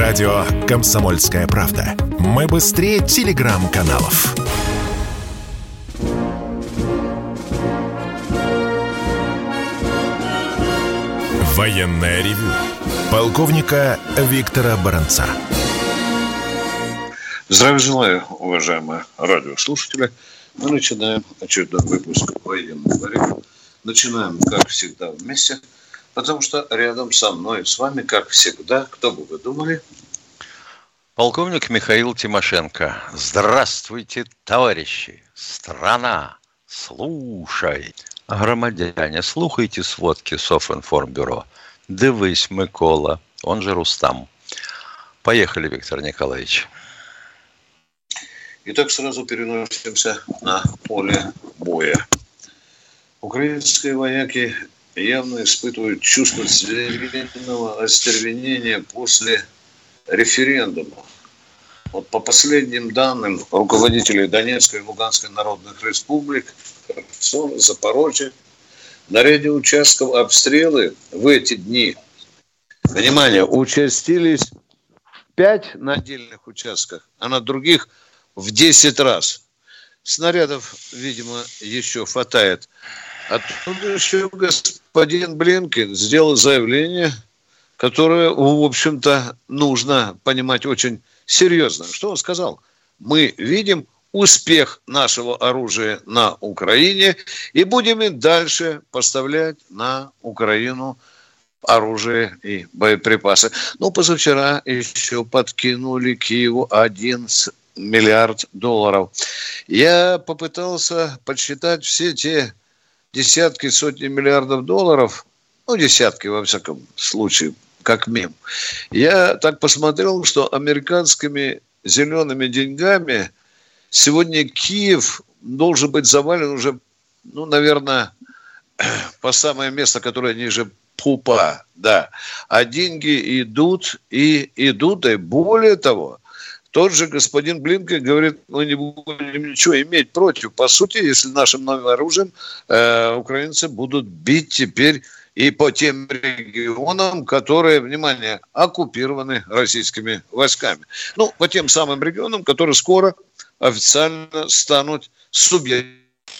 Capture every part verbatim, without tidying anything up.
Радио «Комсомольская правда». Мы быстрее телеграм-каналов. Военное ревю полковника Виктора Баранца. Здравия желаю, уважаемые радиослушатели. Мы начинаем очередной выпуск военного ревю. Начинаем, как всегда, вместе, потому что рядом со мной, с вами, как всегда, кто бы вы думали? Полковник Михаил Тимошенко. Здравствуйте, товарищи! Страна, слушай! Громадяне, слухайте сводки Софинформбюро. Дивись, Микола, он же Рустам. Поехали, Виктор Николаевич. Итак, сразу переносимся на поле боя. Украинские вояки явно испытывают чувство звериного остервенения после референдума. Вот по последним данным руководителей Донецкой и Луганской народных республик, Херсона, Запорожья, на ряде участков обстрелы в эти дни, внимание, участились пять на отдельных участках, а на других в десять раз. Снарядов, видимо, еще хватает. Оттуда еще господин Блинкен сделал заявление, которое, в общем-то, нужно понимать очень серьезно. Что он сказал? Мы видим успех нашего оружия на Украине и будем и дальше поставлять на Украину оружие и боеприпасы. Ну, позавчера еще подкинули Киеву один миллиард долларов. Я попытался подсчитать все те десятки, сотни миллиардов долларов, ну, десятки, во всяком случае, как мем. Я так посмотрел, что американскими зелеными деньгами сегодня Киев должен быть завален уже, ну, наверное, по самое место, которое ниже пупа, да. А деньги идут и идут, и более того, тот же господин Блинкен говорит, мы не будем ничего иметь против. По сути, если нашим новым оружием э, украинцы будут бить теперь и по тем регионам, которые, внимание, оккупированы российскими войсками. Ну, по тем самым регионам, которые скоро официально станут субъектами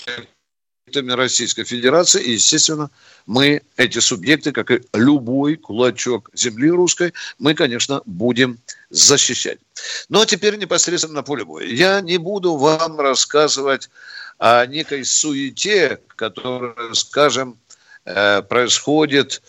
Российской Федерации. И, естественно, мы, эти субъекты, как и любой кулачок земли русской, мы, конечно, будем защищать. Но теперь непосредственно на поле боя. Я не буду вам рассказывать о некой суете, которая, скажем, происходит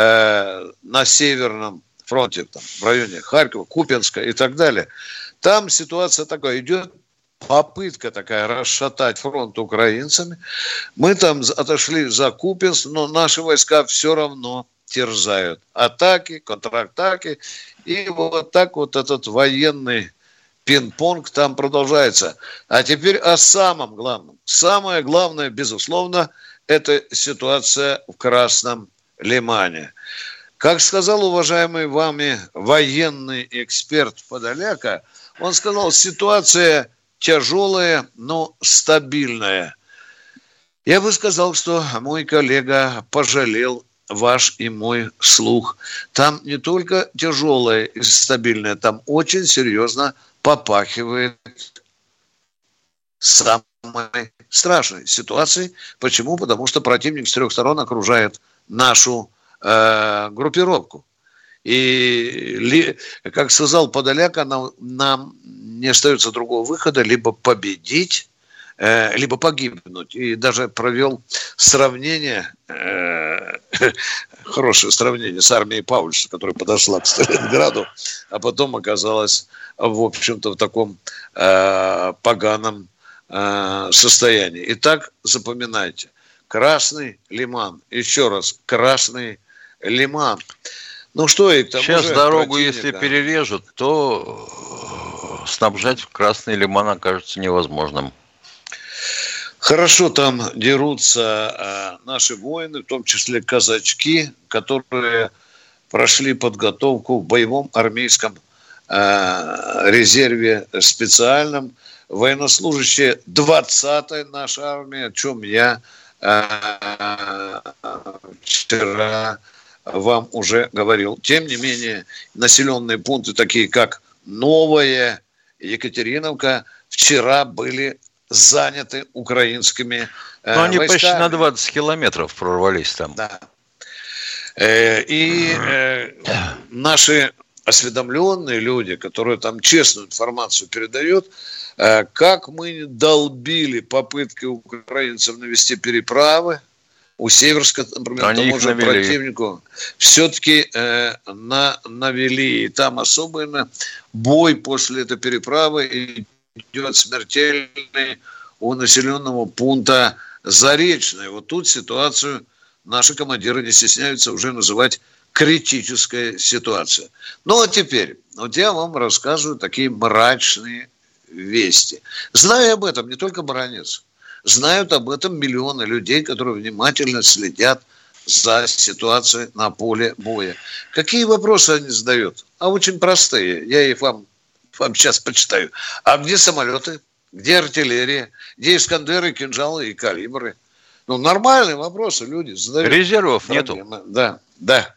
на Северном фронте, там, в районе Харькова, Купянска и так далее. Там ситуация такая, идет попытка такая расшатать фронт украинцами. Мы там отошли за Купянск, но наши войска все равно терзают. Атаки, контратаки. И вот так вот этот военный пинг-понг там продолжается. А теперь о самом главном. Самое главное, безусловно, это ситуация в Красном Лимане. Как сказал уважаемый вами военный эксперт Подоляка, он сказал, ситуация тяжелая, но стабильная. Я бы сказал, что мой коллега пожалел ваш и мой слух. Там не только тяжелая и стабильная, там очень серьезно попахивает самой страшной ситуацией. Почему? Потому что противник с трех сторон окружает нашу э, группировку. И, ли, как сказал Подоляк, нам, нам не остается другого выхода, либо победить, э, либо погибнуть. И даже провел сравнение, э, хорошее сравнение с армией Паулюса, которая подошла к Сталинграду, а потом оказалась, в общем-то, в таком э, поганом э, состоянии. Итак, запоминайте. Красный Лиман. Еще раз, Красный Лиман. Ну что, и к тому сейчас же дорогу, противника... если перережут, то снабжать в Красный Лиман окажется невозможным. Хорошо там дерутся э, наши воины, в том числе казачки, которые прошли подготовку в боевом армейском э, резерве специальном. Военнослужащие двадцатой нашей армии, о чем я э, вчера вам уже говорил. Тем не менее, населенные пункты, такие как Новое, Екатериновка, вчера были заняты украинскими э, Но они войсками. Почти на двадцать километров прорвались там. Да. Э, и э, наши осведомленные люди, которые там честную информацию передают, э, как мы долбили попытки украинцев навести переправы, у Северска, например, Они тому же навели. противнику все-таки э, на, навели. И там особенно бой после этой переправы идет смертельный у населенного пункта Заречный. Вот тут ситуацию наши командиры не стесняются уже называть критическая ситуация. Ну а теперь, вот я вам рассказываю такие мрачные вести. Знаю об этом не только Баранец. Знают об этом миллионы людей, которые внимательно следят за ситуацией на поле боя. Какие вопросы они задают? А очень простые. Я их вам, вам сейчас почитаю. А где самолеты? Где артиллерия? Где Искандеры, кинжалы и калибры? Ну, нормальные вопросы люди задают. Резервов Проблемы. нету. Да, да.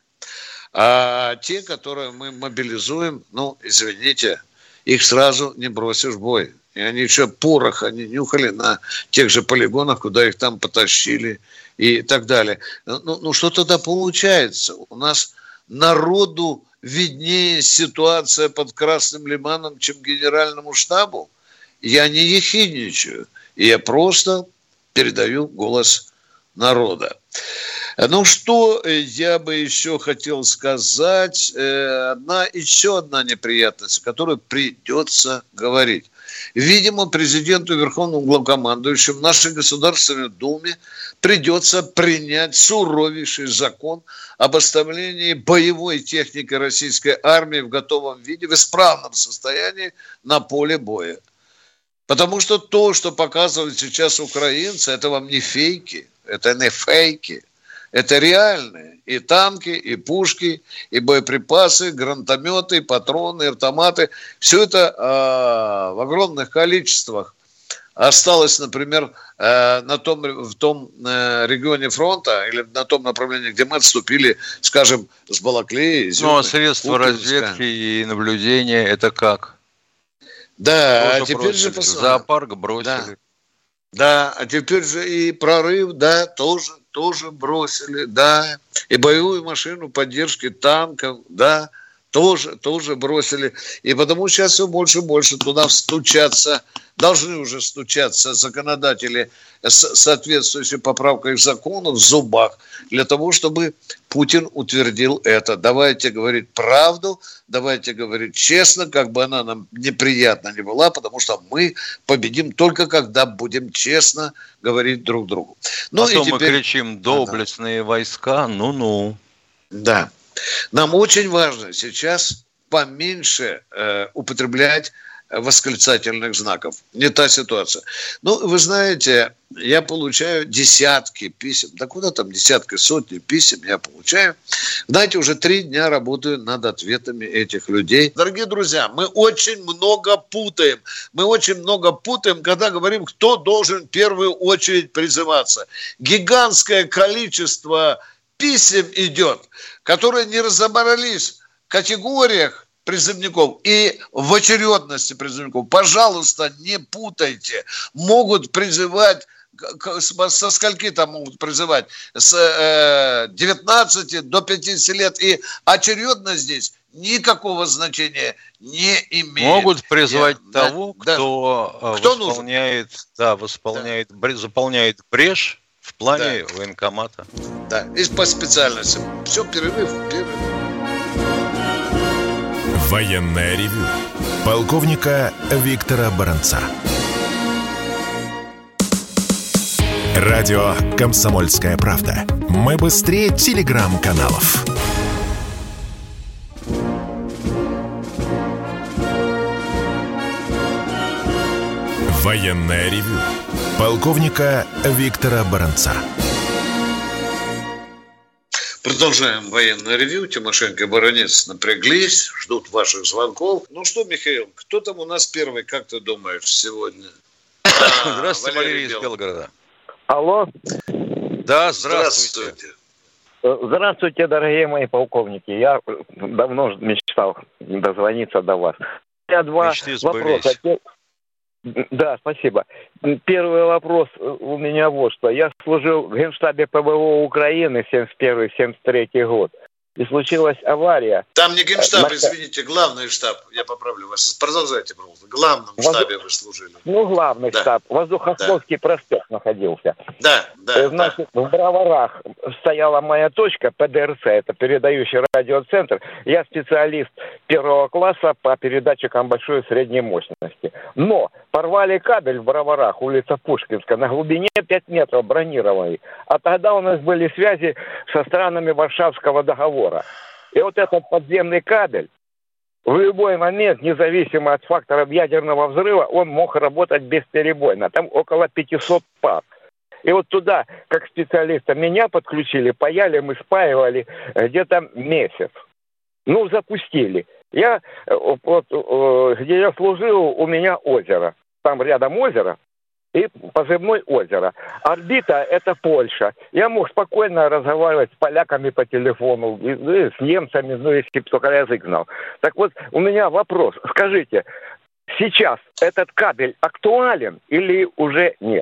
А те, которые мы мобилизуем, ну, извините, их сразу не бросишь в бой. И они еще порох, они нюхали на тех же полигонах, куда их там потащили и так далее. Ну, ну что тогда получается? У нас народу виднее ситуация под Красным Лиманом, чем генеральному штабу. Я не ехидничаю. Я просто передаю голос народа. Ну, что я бы еще хотел сказать. Одна, еще одна неприятность, о которой придется говорить. Видимо, президенту и верховному главкомандующему в нашей Государственной Думе придется принять суровейший закон об оставлении боевой техники российской армии в готовом виде, в исправном состоянии на поле боя. Потому что то, что показывают сейчас украинцы, это вам не фейки, это не фейки. Это реальные и танки, и пушки, и боеприпасы, гранатометы, и патроны, и автоматы. Все это э, в огромных количествах осталось, например, э, на том, в том э, регионе фронта или на том направлении, где мы отступили, скажем, с Балаклеи. Ну, а средства разведки и наблюдения это как? Да, тоже а теперь бросили. же посмотрим. Зоопарк бросили. Да. да, а теперь же и прорыв, да, тоже. тоже бросили, да, и боевую машину поддержки танков, да, тоже, тоже бросили. И потому сейчас все больше и больше туда стучатся, должны уже стучаться законодатели с соответствующей поправкой к закону в зубах, для того, чтобы Путин утвердил это. Давайте говорить правду, давайте говорить честно, как бы она нам неприятна не была, потому что мы победим только когда будем честно говорить друг другу. Ну, а и то теперь... мы кричим «доблестные войска», ну-ну. Да. Нам очень важно сейчас поменьше э, употреблять восклицательных знаков. Не та ситуация. Ну, вы знаете, я получаю десятки писем. Да куда там десятки, сотни писем я получаю. Знаете, уже три дня работаю над ответами этих людей. Дорогие друзья, мы очень много путаем. Мы очень много путаем, когда говорим, кто должен в первую очередь призываться. Гигантское количество писем идет, которые не разобрались в категориях призывников и в очередности призывников. Пожалуйста, не путайте. Могут призывать, со скольки там могут призывать? С девятнадцати до пятидесяти лет. И очередность здесь никакого значения не имеет. Могут призвать Я, того, да, кто, кто восполняет, да, восполняет, да. заполняет брешь в плане да. военкомата. Да, и по специальности. Все, перерыв, перерыв. Военное ревю полковника Виктора Баранца. Радио «Комсомольская правда». Мы быстрее телеграм-каналов. Военное ревю полковника Виктора Баранца. Продолжаем военное ревью. Тимошенко и Баранец напряглись, ждут ваших звонков. Ну что, Михаил, кто там у нас первый, как ты думаешь, сегодня? Здравствуйте, Валерий из Белгорода. Алло. Да, здравствуйте. Здравствуйте. Здравствуйте, дорогие мои полковники. Я давно мечтал дозвониться до вас. У меня два вопроса. Да, спасибо. Первый вопрос у меня вот что. Я служил в Генштабе ПВО Украины семьдесят первый — семьдесят третий год. И случилась авария. Там не Генштаб, извините, главный штаб. Я поправлю вас. Продолжайте, пожалуйста. В главном Воздух... штабе вы служили. Ну, главный да. штаб. Воздухофлотский да. проспект находился. Да, да. Значит, да. в Броварах стояла моя точка, ПДРЦ, это передающий радиоцентр. Я специалист первого класса по передатчикам большой и средней мощности. Но порвали кабель в Броварах, улица Пушкинская, на глубине пять метров бронированный. А тогда у нас были связи со странами Варшавского договора. И вот этот подземный кабель в любой момент, независимо от факторов ядерного взрыва, он мог работать бесперебойно. Там около пятьсот пар. И вот туда, как специалиста, меня подключили, паяли, мы спаивали где-то месяц. Ну, запустили. Я, вот, где я служил, у меня озеро. Там рядом озеро. И позывной озеро. Орбита – это Польша. Я мог спокойно разговаривать с поляками по телефону, и, и с немцами, ну, если бы только язык знал. Так вот, у меня вопрос. Скажите, сейчас этот кабель актуален или уже нет?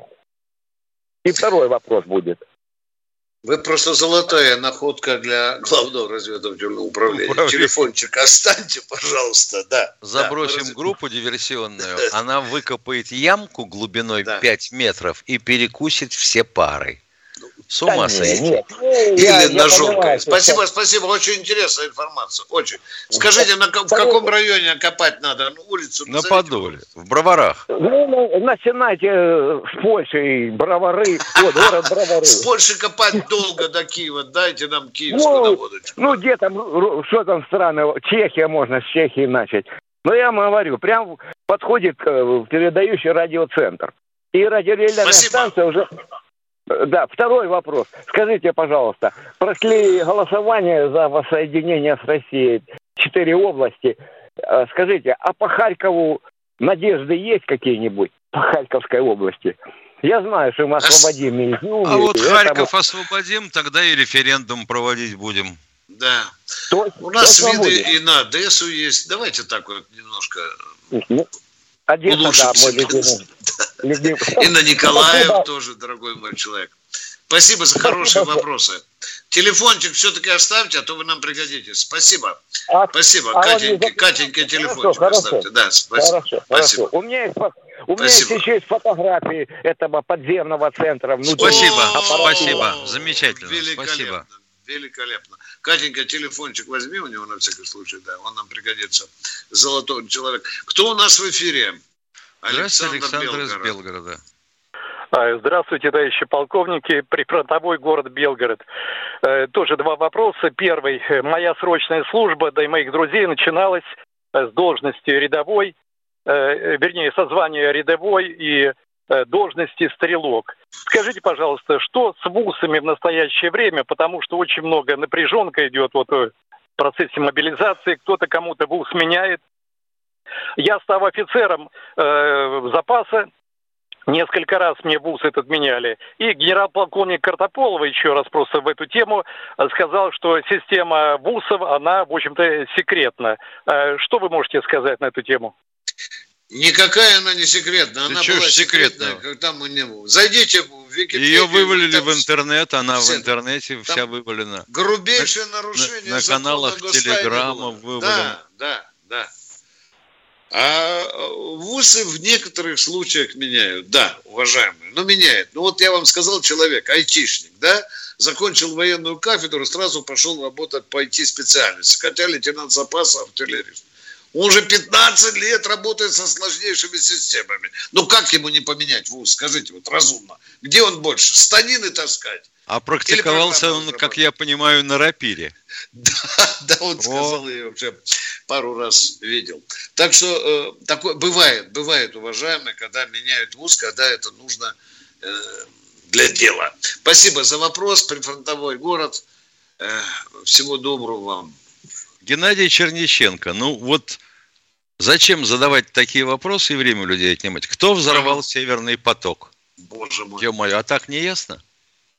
И второй вопрос будет. Вы просто золотая находка для главного разведывательного управления. Управление. Телефончик останьте, пожалуйста, да. Забросим да, группу диверсионную, она выкопает ямку глубиной да. пять метров и перекусит все пары. С ума да сойти. Или я, ножовкой. Я спасибо, что... спасибо. Очень интересная информация. Очень. Скажите, на, в каком районе копать надо? Ну, улицу на Подоле, в Броварах. Ну, начинайте с Польши, Бровары, вот, город Бровары. С Польши копать долго до Киева. Дайте нам киевскую ну, наводочку. Ну, где там, что там страны? Чехия, можно с Чехии начать. Но я вам говорю, прям подходит передающий радиоцентр. И радиорелейная станция уже... Да, второй вопрос. Скажите, пожалуйста, прошли голосование за воссоединение с Россией четыре области. Скажите, а по Харькову надежды есть какие-нибудь по Харьковской области? Я знаю, что мы освободим Изюм. А вот Харьков вот... освободим, тогда и референдум проводить будем. Да. То, У нас виды и на Одессу есть. Давайте так вот немножко... Одесса, да, мой любимый. И на Николаев тоже, дорогой мой человек. Спасибо за хорошие Спасибо. вопросы. Телефончик все-таки оставьте, а то вы нам пригодитесь. Спасибо. А, спасибо. А Катенька, Катенька, телефончик хорошо, оставьте. Да, спасибо. Хорошо, спасибо. Хорошо. У меня есть, у меня есть еще есть фотографии этого подземного центра. Внутри. Спасибо, спасибо. Замечательно. Великолепно. Спасибо. Великолепно. Катенька, телефончик возьми у него на всякий случай, да, он нам пригодится. Золотой человек. Кто у нас в эфире? Александр, Александр из Белгорода. Здравствуйте, товарищи полковники. Прифронтовой город Белгород. Тоже два вопроса. Первый. Моя срочная служба, да и моих друзей, начиналась с должности рядовой, вернее, со звания рядовой и должности стрелок. Скажите, пожалуйста, что с вузами в настоящее время, потому что очень много напряженка идет вот в процессе мобилизации, кто-то кому-то вуз меняет. Я став офицером э, запаса, несколько раз мне вуз этот меняли. И генерал-полковник Картополова еще раз просто в эту тему сказал, что система вузов, она, в общем-то, секретна. Э, что вы можете сказать на эту тему? Никакая она не секретная. Она была секретная, когда мы не было. Зайдите в Википедию. Ее вывалили в интернет, она в интернете вся вывалена. Грубейшее нарушение на, на каналах Телеграма вывалено. Да, да, да. А вузы в некоторых случаях меняют. Да, уважаемые, но меняют. Ну вот я вам сказал, человек, айтишник, да, закончил военную кафедру, сразу пошел работать по ай ти-специальности. Хотя лейтенант запаса, артиллерист. Он уже пятнадцать лет работает со сложнейшими системами. Ну как ему не поменять вуз? Скажите, вот разумно. Где он больше? Станины таскать? А практиковался он, как я понимаю, на рапире. Да, да, он сказал, я вообще пару раз видел. Так что э, такое бывает, бывает, уважаемые, когда меняют вуз, когда это нужно э, для дела. Спасибо за вопрос, прифронтовой город. Э, всего доброго вам. Геннадий Черниченко, ну вот зачем задавать такие вопросы и время у людей отнимать? Кто взорвал Северный поток? Боже мой. Ё-моё, а так не ясно?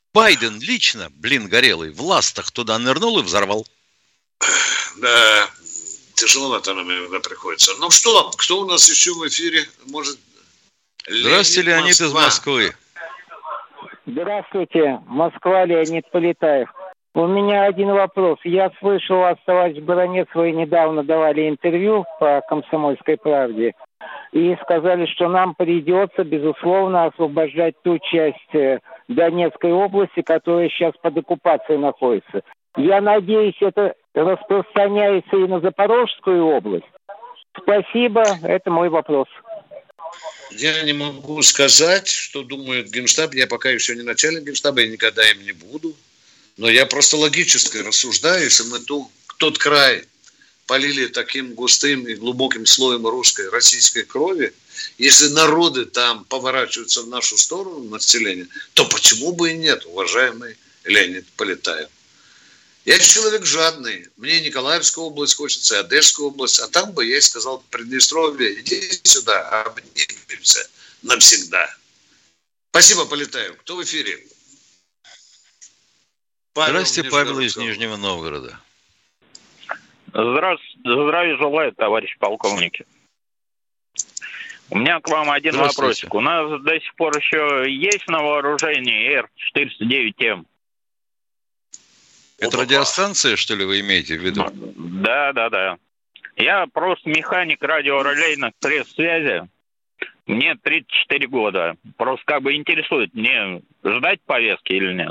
Байден лично, блин, горелый, в ластах туда нырнул и взорвал. Да, тяжело-то нам иногда приходится. Ну что, кто у нас еще в эфире? Может, Здравствуйте, Леонид, Леонид из Москвы. Здравствуйте, Москва, Леонид Полетаев. У меня один вопрос. Я слышал, вас, товарищ Баранец, вы недавно давали интервью по «Комсомольской правде» и сказали, что нам придется, безусловно, освобождать ту часть Донецкой области, которая сейчас под оккупацией находится. Я надеюсь, это распространяется и на Запорожскую область. Спасибо, это мой вопрос. Я не могу сказать, что думает Генштаб. Я пока еще не начальник Генштаба, и никогда им не буду. Но я просто логически рассуждаю, если мы ту, тот край полили таким густым и глубоким слоем русской, российской крови, если народы там поворачиваются в нашу сторону, населения, то почему бы и нет, уважаемый Леонид Полетаев? Я человек жадный. Мне Николаевская область хочется, и Одесская область. А там бы я и сказал, Приднестровье, иди сюда, обнимемся навсегда. Спасибо, Полетаев. Кто в эфире? Павел, Здравствуйте, Павел из Нижнего Новгорода. Здравствуйте, здравия желаю, товарищ полковники. У меня к вам один вопросик. У нас до сих пор еще есть на вооружении эр четыреста девять эм? Это радиостанция, что ли, вы имеете в виду? Да, да, да. Я просто механик радиорелейных средств связи. Мне тридцать четыре года. Просто как бы интересует, мне ждать повестки или нет?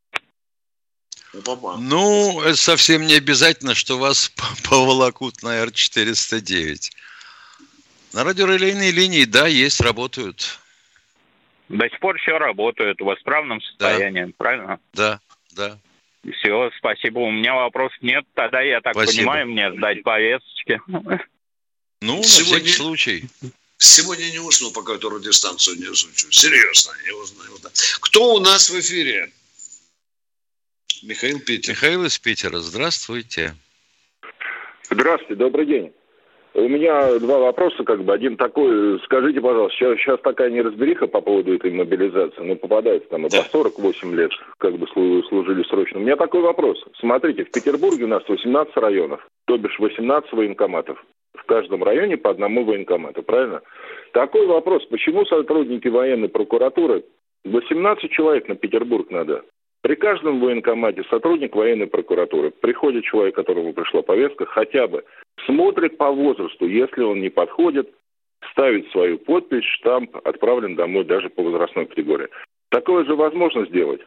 Ну, это совсем не обязательно, что вас поволокут на эр четыреста девять. На радиорелейные линии, да, есть, работают. До сих пор еще работают в исправном состоянии, да. Правильно? Да, да. Все, спасибо. У меня вопросов нет. Тогда, я так спасибо. понимаю, мне ждать повесточки. Ну, сегодня, на всякий случай. Сегодня не уснул, пока эту радиостанцию не изучу. Серьезно, не узнаю. Кто у нас в эфире? Михаил Питер. Михаил из Питера. Здравствуйте. Здравствуйте, добрый день. У меня два вопроса, как бы. Один такой, скажите, пожалуйста, сейчас, сейчас такая неразбериха по поводу этой мобилизации. Ну, попадается там и по сорок восемь лет, как бы служили срочно. У меня такой вопрос. Смотрите, в Петербурге у нас восемнадцать районов, то бишь восемнадцать военкоматов. В каждом районе по одному военкомату, правильно? Такой вопрос. Почему сотрудники военной прокуратуры, восемнадцать человек на Петербург надо? При каждом военкомате сотрудник военной прокуратуры, приходит человек, которому пришла повестка, хотя бы смотрит по возрасту, если он не подходит, ставит свою подпись, штамп, отправлен домой даже по возрастной категории. Такое же возможно сделать?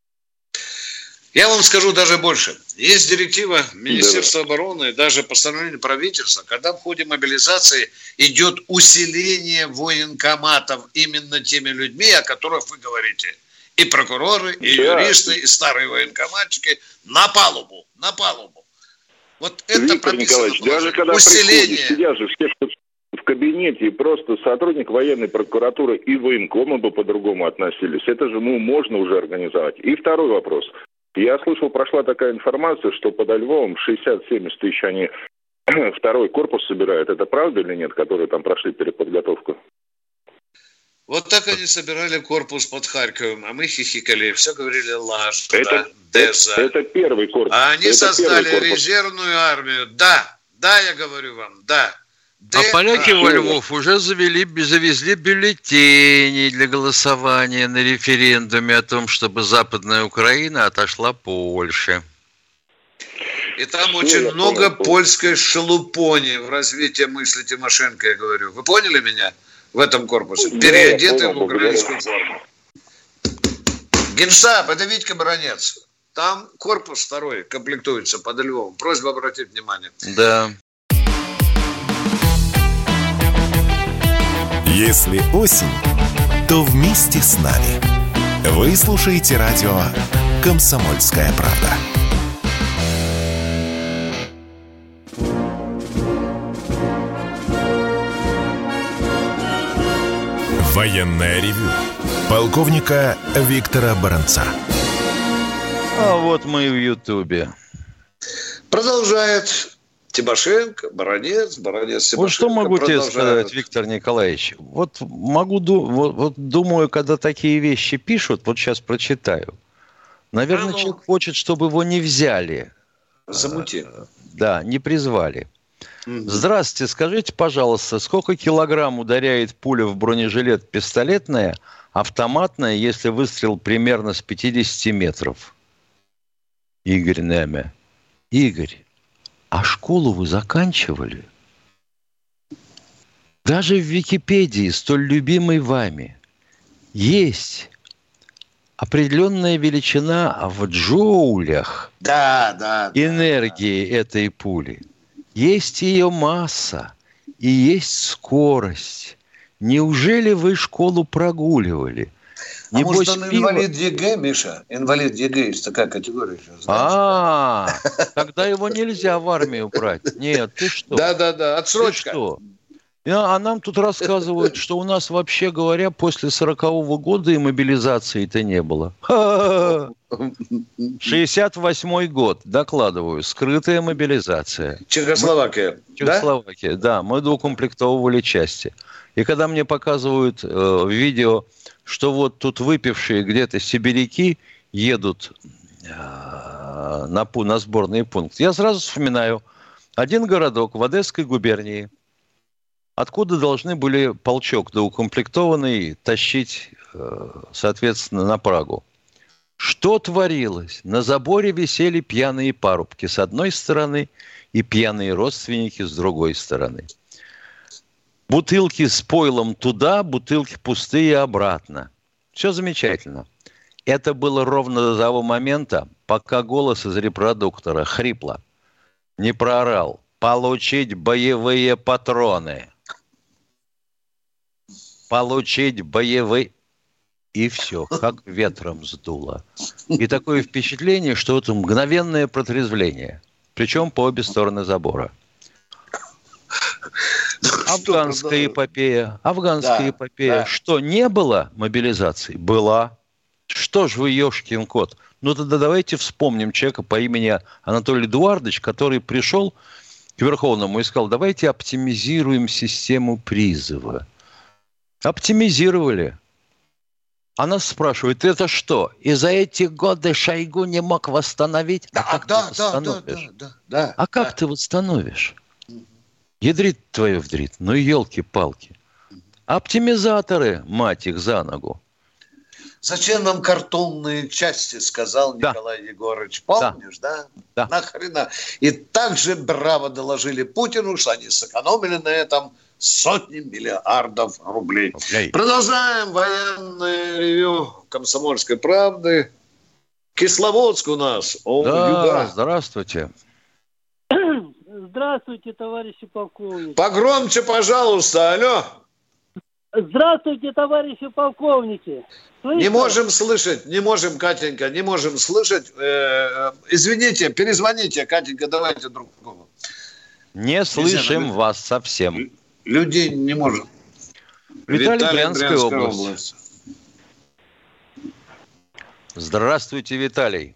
Я вам скажу даже больше. Есть директива Министерства да. обороны, даже постановление правительства, когда в ходе мобилизации идет усиление военкоматов именно теми людьми, о которых вы говорите. И прокуроры, и да. юристы, и старые военкоматчики на палубу, на палубу. Вот это Виктор прописано. Николаевич, даже когда усиление... сидят же все в кабинете, и просто сотрудник военной прокуратуры и военкома бы по-другому относились. Это же, ну, можно уже организовать. И второй вопрос. Я слышал, прошла такая информация, что подо Львовом шестьдесят-семьдесят тысяч они второй корпус собирают. Это правда или нет, которые там прошли переподготовку? Вот так они собирали корпус под Харьковом, а мы хихикали, все говорили лажа, это, деза. Это, это первый корпус. А они это создали резервную армию. Да, да, я говорю вам, да. Д- а поляки а, во Львов уже завели, завезли бюллетени для голосования на референдуме о том, чтобы Западная Украина отошла Польше. И там что очень много понял, польской шелупони в развитии мысли Тимошенко, я говорю. Вы поняли меня? В этом корпусе, да, переодеты в украинскую форму. Генштаб, это Витька Баранец. Там корпус второй комплектуется под Львовом. Просьба обратить внимание. Да. Если осень, то вместе с нами. Вы слушаете радио «Комсомольская правда». Военное ревю полковника Виктора Баранца. А вот мы в Ютубе. Продолжает Тимошенко, Баранец, Баранец, Тимошенко. Вот что могу тебе сказать, Виктор Николаевич? Вот могу, вот, вот думаю, когда такие вещи пишут, вот сейчас прочитаю. Наверное, а ну. человек хочет, чтобы его не взяли. Замути. Да, не призвали. Угу. Здравствуйте, скажите, пожалуйста, сколько килограмм ударяет пуля в бронежилет пистолетная, автоматная, если выстрел примерно с пятидесяти метров? Игорь Неме. Игорь, а школу вы заканчивали? Даже в Википедии, столь любимой вами, есть определенная величина в джоулях да, да, энергии да. этой пули. Есть ее масса и есть скорость. Неужели вы школу прогуливали? А Небось, может, он пиво... инвалид ЕГЭ, Миша? Инвалид ЕГЭ, есть такая категория сейчас. А, тогда его нельзя в армию брать. Нет, ты что? Да-да-да, отсрочка. Ты что? А нам тут рассказывают, что у нас, вообще говоря, после сорокового года и мобилизации-то не было. шестьдесят восьмой год, докладываю, скрытая мобилизация. Чехословакия, мы... Чехословакия, да? да, мы доукомплектовывали части. И когда мне показывают э, видео, что вот тут выпившие где-то сибиряки едут э, на, на сборный пункт, я сразу вспоминаю один городок в Одесской губернии, откуда должны были полчок доукомплектованный тащить, соответственно, на Прагу. Что творилось? На заборе висели пьяные парубки с одной стороны и пьяные родственники с другой стороны. Бутылки с пойлом туда, бутылки пустые обратно. Все замечательно. Это было ровно до того момента, пока голос из репродуктора хрипло не проорал: «Получить боевые патроны». Получить боевые... И все, как ветром сдуло. И такое впечатление, что это мгновенное протрезвление. Причем по обе стороны забора. Афганская эпопея. Афганская да, эпопея. Да. Что, не было мобилизации? Была. Что ж вы, ешкин кот? Ну тогда давайте вспомним человека по имени Анатолий Эдуардович, который пришел к Верховному и сказал: давайте оптимизируем систему призыва. Оптимизировали. А нас спрашивают: это что, и за эти годы Шойгу не мог восстановить? Да, а как да, ты да, восстановишь? Да, да, да, а как да. ты восстановишь? Ядрит твою вдрит. Ну, елки-палки. Оптимизаторы, мать их за ногу. Зачем нам картонные части, сказал да. Николай Егорович. Помнишь, да? Да. Нахрена? И также браво доложили Путину, что они сэкономили на этом сотни миллиардов рублей. рублей. Продолжаем военное ревью «Комсомольской правды». Кисловодск у нас. О, да, юга. Здравствуйте. Здравствуйте, товарищи полковники. Погромче, пожалуйста, алло. Здравствуйте, товарищи полковники. Слышно? Не можем слышать, не можем, Катенька, не можем слышать. Э-э- извините, перезвоните, Катенька, давайте друг другу. Не слышим Нельзя, вас совсем. Людей не можем. Виталий, Виталий Брянская, Брянская область. область. Здравствуйте, Виталий.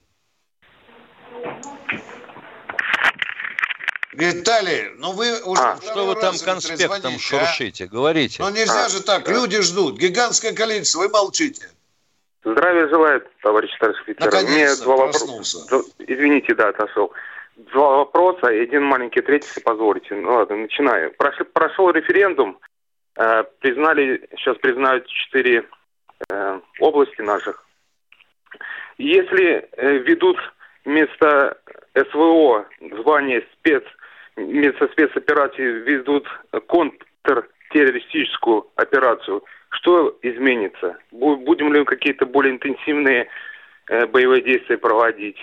Виталий, ну вы уже... А, что вы там конспектом шуршите? А? Говорите. Ну нельзя а, же так, да. Люди ждут. Гигантское количество, вы молчите. Здравия желаю, товарищ старший офицер. Наконец-то два проснулся. Вопроса. Извините, да, отошел. Два вопроса и один маленький третий, если позволите. Ну ладно, начинаю. Прошли, прошел референдум. Э, признали, сейчас признают четыре э, области наших. Если э, ведут вместо СВО звание спец, вместо спецоперации ведут контртеррористическую операцию, что изменится? Будем ли какие-то более интенсивные э, боевые действия проводить?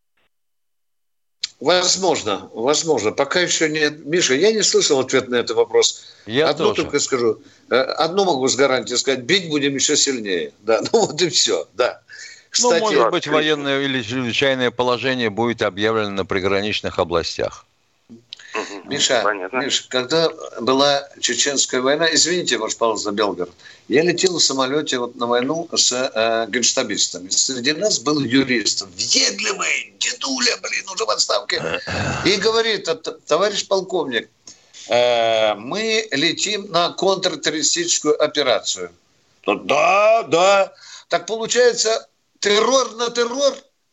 Возможно, возможно. Пока еще нет. Миша, я не слышал ответ на этот вопрос. Я Одно тоже. только скажу. Одно могу с гарантией сказать. Бить будем еще сильнее. Да, ну вот и все. Да. Кстати, ну, может быть, военное или чрезвычайное положение будет объявлено на приграничных областях. Миша, Миша, когда была Чеченская война, извините, ваш пожалуйста, Белгород, я летел в самолете вот на войну с э, генштабистами. Среди нас был юрист, въедливый, дедуля, блин, уже в отставке. И говорит: товарищ полковник, э, мы летим на контртеррористическую операцию. Да, да. Так получается, террор на террор?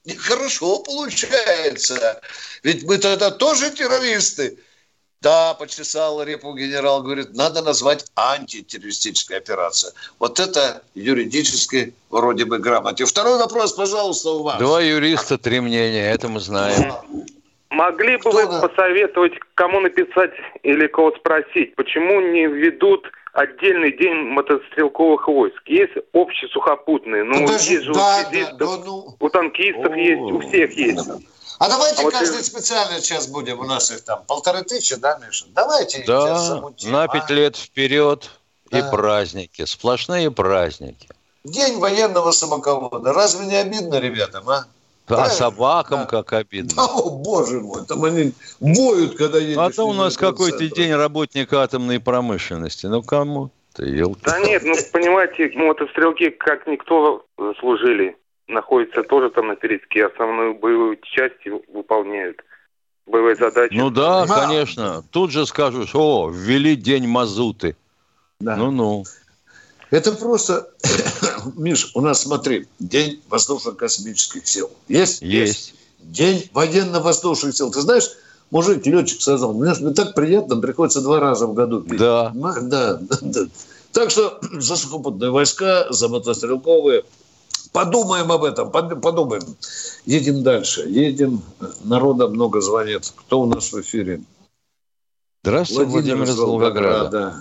Нехорошо получается. Ведь мы тогда тоже террористы. Да, почесал репу генерал, говорит, надо назвать антитеррористическая операция. Вот это юридически вроде бы грамоте. Второй вопрос, пожалуйста, у вас. Два юриста, три мнения, это мы знаем. Могли бы Кто вы на... посоветовать, кому написать или кого спросить, почему не введут отдельный день мотострелковых войск? Есть общесухопутные, но Подожди, есть же да, у связистов, да, да, ну... у танкистов О, есть, у всех есть. А давайте А вот каждый и... специально сейчас будем, у нас их там полторы тысячи, да, Миша? Давайте да, замутим, на а? пять лет вперед да. И праздники, сплошные праздники. День военного самоковода. Разве не обидно ребятам, а? А правильно? Собакам да. Как обидно. О, боже мой, там они воют, когда едешь. А то у нас какой-то день работника атомной промышленности. Ну, кому-то, елки. Да нет, ну, понимаете, мотострелки, как никто, служили. Находятся тоже там на передке, основную боевую часть выполняют. Боевые задачи. Ну да, да, конечно. Тут же скажешь, о, ввели день мазуты. Да. Ну-ну. Это просто, Миш, у нас, смотри, день воздушно-космических сил. Есть? Есть. День военно-воздушных сил. Ты знаешь, мужик, летчик сказал, мне же так приятно, приходится два раза в году пить. Да. Да, да, да. Так что за сухопутные войска, за мотострелковые. Подумаем об этом, подумаем. Едем дальше. Едем. Народа много звонит. Кто у нас в эфире? Здравствуйте, Владимир, Владимир из Волгограда. Да.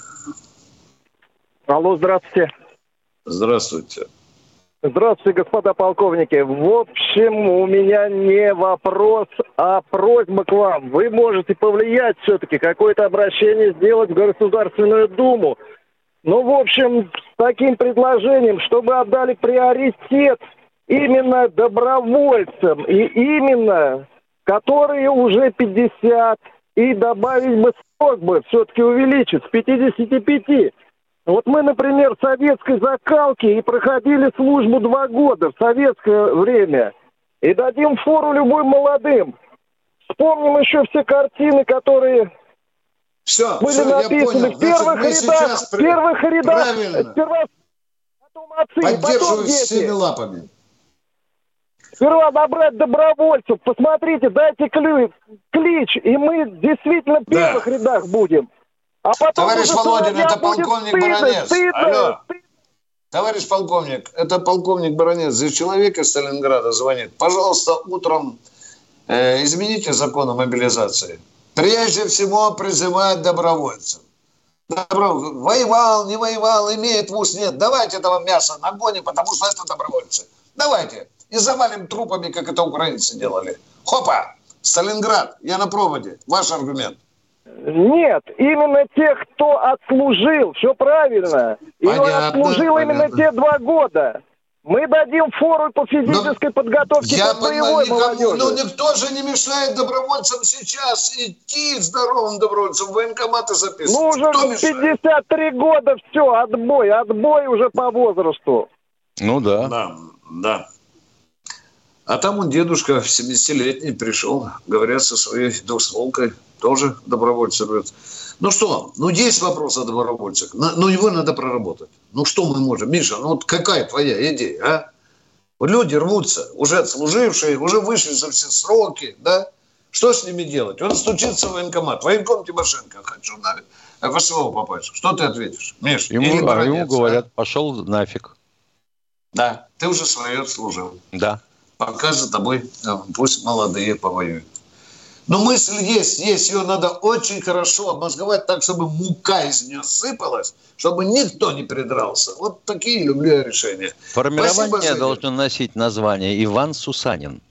Алло, здравствуйте. Здравствуйте. Здравствуйте, господа полковники. В общем, у меня не вопрос, а просьба к вам. Вы можете повлиять все-таки, какое-то обращение сделать в Государственную Думу. Ну, в общем, с таким предложением, чтобы отдали приоритет именно добровольцам, и именно, которые уже пятьдесят, и добавить бы срок бы, все-таки увеличить с пятидесяти пяти. Вот мы, например, в советской закалке и проходили службу два года в советское время, и дадим фору любым молодым. Вспомним еще все картины, которые... Все, были все, написаны я понял. в первых Значит, рядах, в первых рядах, правильно. сперва потом отцы, поддерживаю потом дети. всеми лапами. Сперва набрать добровольцев, посмотрите, дайте клю, клич, и мы действительно в первых да. рядах будем. А потом Товарищ Володин, это полковник стыдно, Баранец. Стыдно, Алло. стыдно. Товарищ полковник, это полковник Баранец. Здесь человек из Сталинграда звонит. Пожалуйста, утром э, измените закон о мобилизации. Прежде всего призывать добровольцев. Добро... Воевал, не воевал, имеет вуз, нет. Давайте этого мяса нагоним, потому что это добровольцы. Давайте. И завалим трупами, как это украинцы делали. Хопа! Сталинград, я на проводе. Ваш аргумент. Нет, именно тех, кто отслужил. Все правильно. И понятно, отслужил понятно. Именно те два года. Мы дадим фору по физической Но подготовке я по боевой молодежи. Но никто же не мешает добровольцам сейчас идти, здоровым добровольцам, в военкоматы записывать. Ну, уже Кто пятьдесят три года, все, отбой, отбой уже по возрасту. Ну да. Да, да. А там он, дедушка, семидесятилетний, пришел, говорят, со своей двухстволкой, тоже добровольцы рвет. Ну что, ну есть вопрос о добровольцах, но его надо проработать. Ну что мы можем? Миша, ну вот какая твоя идея, а? Люди рвутся, уже отслужившие, уже вышли за все сроки, да? Что с ними делать? Он стучится в военкомат. Военком Тимошенко, хочу на ФСО попасть. Что ты ответишь, Миш? Ему, а ему говорят, а? Пошел нафиг. Да, ты уже свое отслужил. Да. Пока за тобой, пусть молодые повоюют. Но мысль есть, есть. Ее надо очень хорошо обмозговать так, чтобы мука из нее сыпалась, чтобы никто не придрался. Вот такие люблю я решения. Формирование должно носить название Иван Сусанин.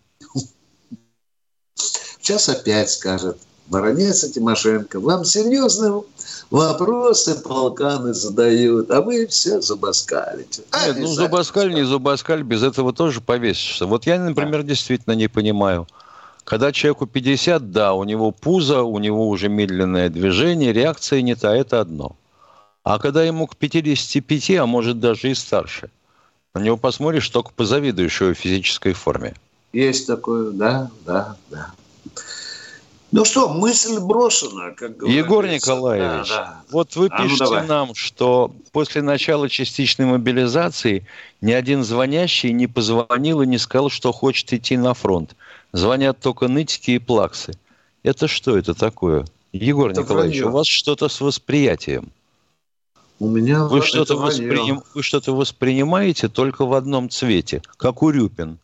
Сейчас опять скажет Баранец и Тимошенко. Вам серьезные вопросы полканы задают, а вы все зубоскалите. Нет, ну зубоскаль, не зубоскаль, без этого тоже повесишься. Вот я, например, действительно не понимаю. Когда человеку пятьдесят, да, у него пузо, у него уже медленное движение, реакция не та, это одно. А когда ему к пятидесяти пяти, а может даже и старше, на него посмотришь, только позавидуешь его физической форме. Есть такое, да, да, да. Ну что, мысль брошена, как говорится. Егор Николаевич, да, да. Вот вы А ну, пишете давай. нам, что после начала частичной мобилизации ни один звонящий не позвонил и не сказал, что хочет идти на фронт. Звонят только нытики и плаксы. Это что это такое? Егор Это Николаевич, вранье. у вас что-то с восприятием. У меня Вы это что-то, вранье. восприним... Вы что-то воспринимаете только в одном цвете, как Урюпин.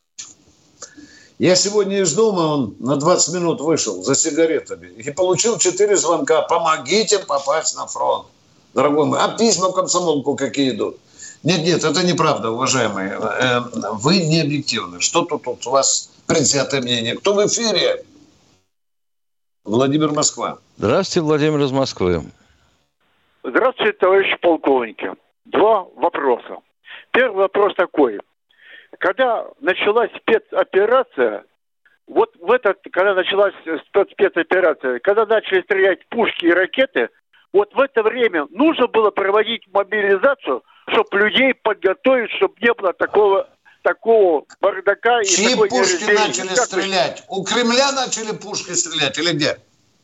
Я сегодня из дома, он на двадцать минут вышел за сигаретами и получил четыре звонка. Помогите попасть на фронт, дорогой мой. А письма в комсомолку какие идут? Нет, нет, это неправда, уважаемые. Э, Вы не объективны. Что тут, тут у вас предвзятое мнение? Кто в эфире? Владимир, Москва. Здравствуйте, Владимир из Москвы. Здравствуйте, товарищи полковники. Два вопроса. Первый вопрос такой. Когда началась спецоперация, вот в этот, когда началась спецоперация, когда начали стрелять пушки и ракеты, вот в это время нужно было проводить мобилизацию, чтобы людей подготовить, чтобы не было такого, такого бардака. Чьи и такой пушки неразберихи. начали Как вы- стрелять? У Кремля начали пушки стрелять или где?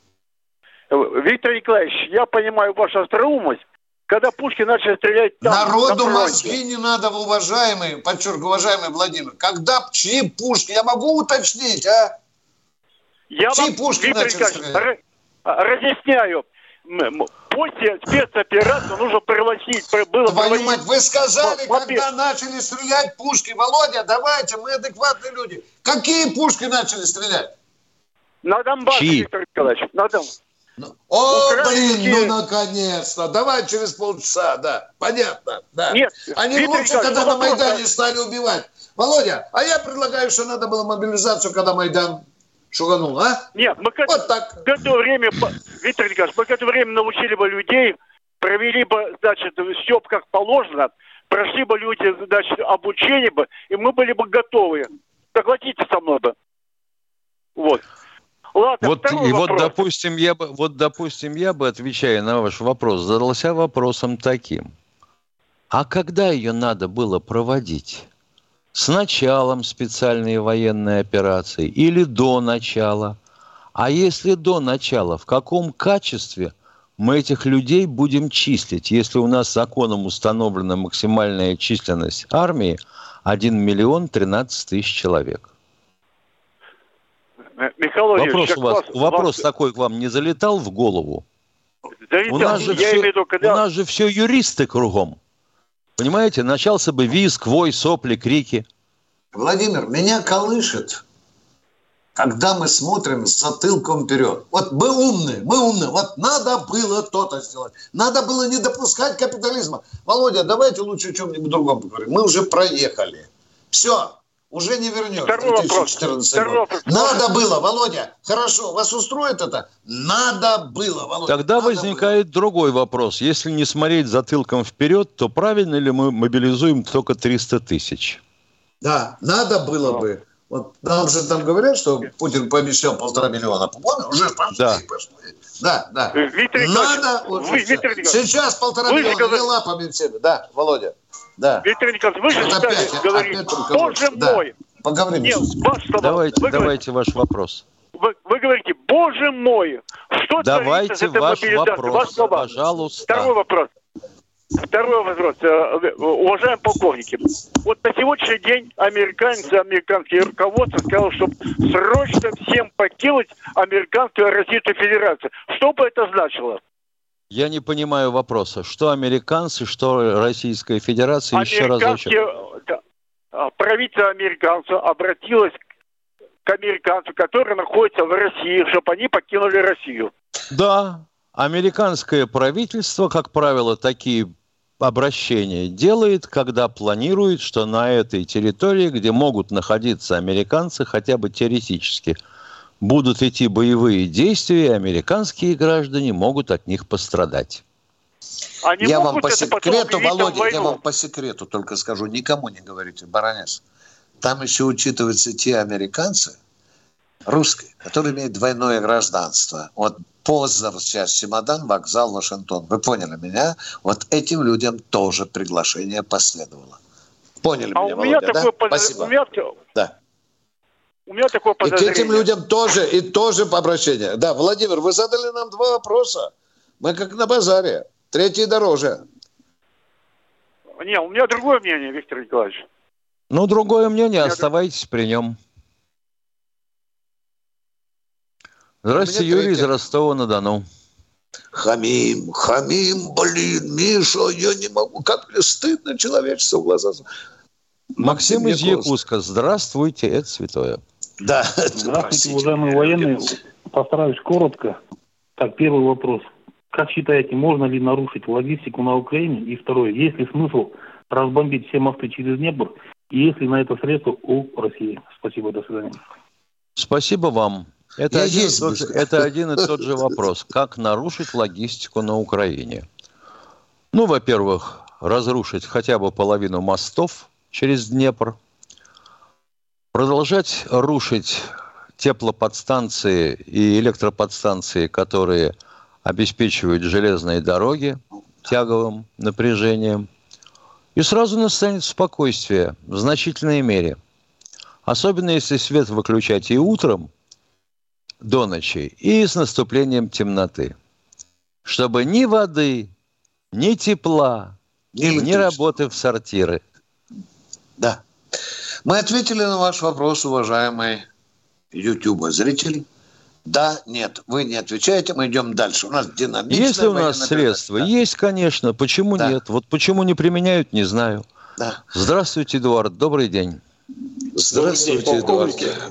Виктор Николаевич, я понимаю вашу остроумность, когда пушки начали стрелять там, Народу на фронте. мозги не надо, уважаемый, подчеркиваю, уважаемый Владимир. Когда, чьи пушки? Я могу уточнить, а? Я Чьи вам, пушки Виктор начали Николаевич, стрелять? ра- разъясняю. М- м- После спецоперации нужно проводить, пр- было Твою проводить... мать, вы сказали, Во- когда начали стрелять пушки. Володя, давайте, мы адекватные люди. Какие пушки начали стрелять? На Донбассе, Чьи? Виктор Николаевич, на Донбассе. О, Украинские- блин, ну наконец-то. Давай через полчаса, да. Понятно, да. Нет, Они Виктор лучше, Николаевич, когда ну на вопрос, Майдане а- стали убивать. Володя, а я предлагаю, что надо было мобилизацию, когда Майдан шуганул, а? Нет, мы к, Вот так. к этому время, по- Виктор Николаевич, мы к этому времени научили бы людей, провели бы, значит, все как положено, прошли бы люди, значит, обучение бы, и мы были бы готовы. Согласитесь со мной бы. Вот. Ладно, Вот, второй и вот, вопрос. допустим, я бы, вот, допустим, я бы, отвечая на ваш вопрос, задался вопросом таким. А когда ее надо было проводить? С началом специальной военной операции или до начала? А если до начала, в каком качестве мы этих людей будем числить, если у нас законом установлена максимальная численность армии один миллион тринадцать тысяч человек? Михаил Владимирович, Вопрос, как у вас, вас- вопрос вас- такой к вам не залетал в голову? Да, У нас, же я все, имею в виду, когда... у нас же все юристы кругом. Понимаете, начался бы визг, вой, сопли, крики. Владимир, меня колышет, когда мы смотрим с затылком вперед. Вот мы умные, мы умные. Вот надо было то-то сделать. Надо было не допускать капитализма. Володя, давайте лучше о чем-нибудь другом поговорим. Мы уже проехали. Все. Уже не вернешь. Второй две тысячи четырнадцатый вопрос. год. Второй вопрос. Надо было, Володя. Хорошо, вас устроит это? Надо было, Володя. Тогда надо возникает другой вопрос. Если не смотреть затылком вперед, то правильно ли мы мобилизуем только триста тысяч? Да, надо было бы. Вот нам же там говорят, что Путин пообещал полтора миллиона. По-моему, уже пошли, Да. пошли. Да, да. Виктор Николаевич, Надо. вот вы, сейчас. Виктор Николаевич, Сейчас полтора вы же миллиона говорите- не лапами всеми. Да, Володя. Да. Виктор Николаевич, вы же Вот стали опять, говорить, опять руководство. боже Да. мой. Поговорим. Нет, ваши слова. Давайте, вы, давайте ваш вопрос. говорите, вы, вы говорите, боже мой, что Давайте творится с этой ваш мобилизацией? вопрос, Ваши слова. пожалуйста. Второй вопрос. Второй вопрос. Э, Уважаемые полковники, вот на сегодняшний день американцы, американские руководство сказало, чтобы срочно всем покинуть американскую Российскую Федерацию. Что бы это значило? Я не понимаю вопроса. Что американцы, что Российская Федерация, еще разочек. Американские, да, правительство американцев обратилось к американцам, которые находятся в России, чтобы они покинули Россию. Да, американское правительство, как правило, такие обращения делает, когда планирует, что на этой территории, где могут находиться американцы, хотя бы теоретически, будут идти боевые действия, и американские граждане могут от них пострадать. Они Я вам могут по это потом секрету, объявить там Володя, я войну. вам по секрету только скажу, никому не говорите, баронесс. Там еще учитываются те американцы, русские, которые имеют двойное гражданство. Вот Познер, сейчас чемодан, вокзал, Вашингтон. Вы поняли меня? Вот этим людям тоже приглашение последовало. Поняли А меня, у меня Володя, такое да? под- Спасибо. у меня, Да. у меня такое И к подозрение. этим людям тоже, и тоже обращение. Да, Владимир, вы задали нам два вопроса. Мы как на базаре. Третий дороже. Не, у меня другое мнение, Виктор Николаевич. Ну, другое мнение, оставайтесь при нем. Здравствуйте, Юрий из Ростова-на-Дону. Хамим, хамим, блин, Миша, я не могу. Как мне стыдно человечеству в глаза. Максим, Максим из Якутска. Здравствуйте, это святое. Да. Здравствуйте, уважаемые военные. Постараюсь коротко. Так, первый вопрос. Как считаете, можно ли нарушить логистику на Украине? И второе, есть ли смысл разбомбить все мосты через Днепр? И есть ли на это средства у России? Спасибо, до свидания. Спасибо вам. Это один, тот, это один и тот же вопрос. Как нарушить логистику на Украине? Ну, во-первых, разрушить хотя бы половину мостов через Днепр. Продолжать рушить теплоподстанции и электроподстанции, которые обеспечивают железные дороги тяговым напряжением. И сразу настанет спокойствие в значительной мере. Особенно если свет выключать и утром, до ночи, и с наступлением темноты. Чтобы ни воды, ни тепла, ни, ни работы в сортиры. Да. Мы ответили на ваш вопрос, уважаемый YouTube-зритель. Да, нет, вы не отвечаете, мы идем дальше. У нас динамичная. Есть ли у нас средства? Да. Есть, конечно. Почему да. нет? Вот почему не применяют, не знаю. Да. Здравствуйте, Эдуард. Добрый день. Здравствуйте, Эдуард.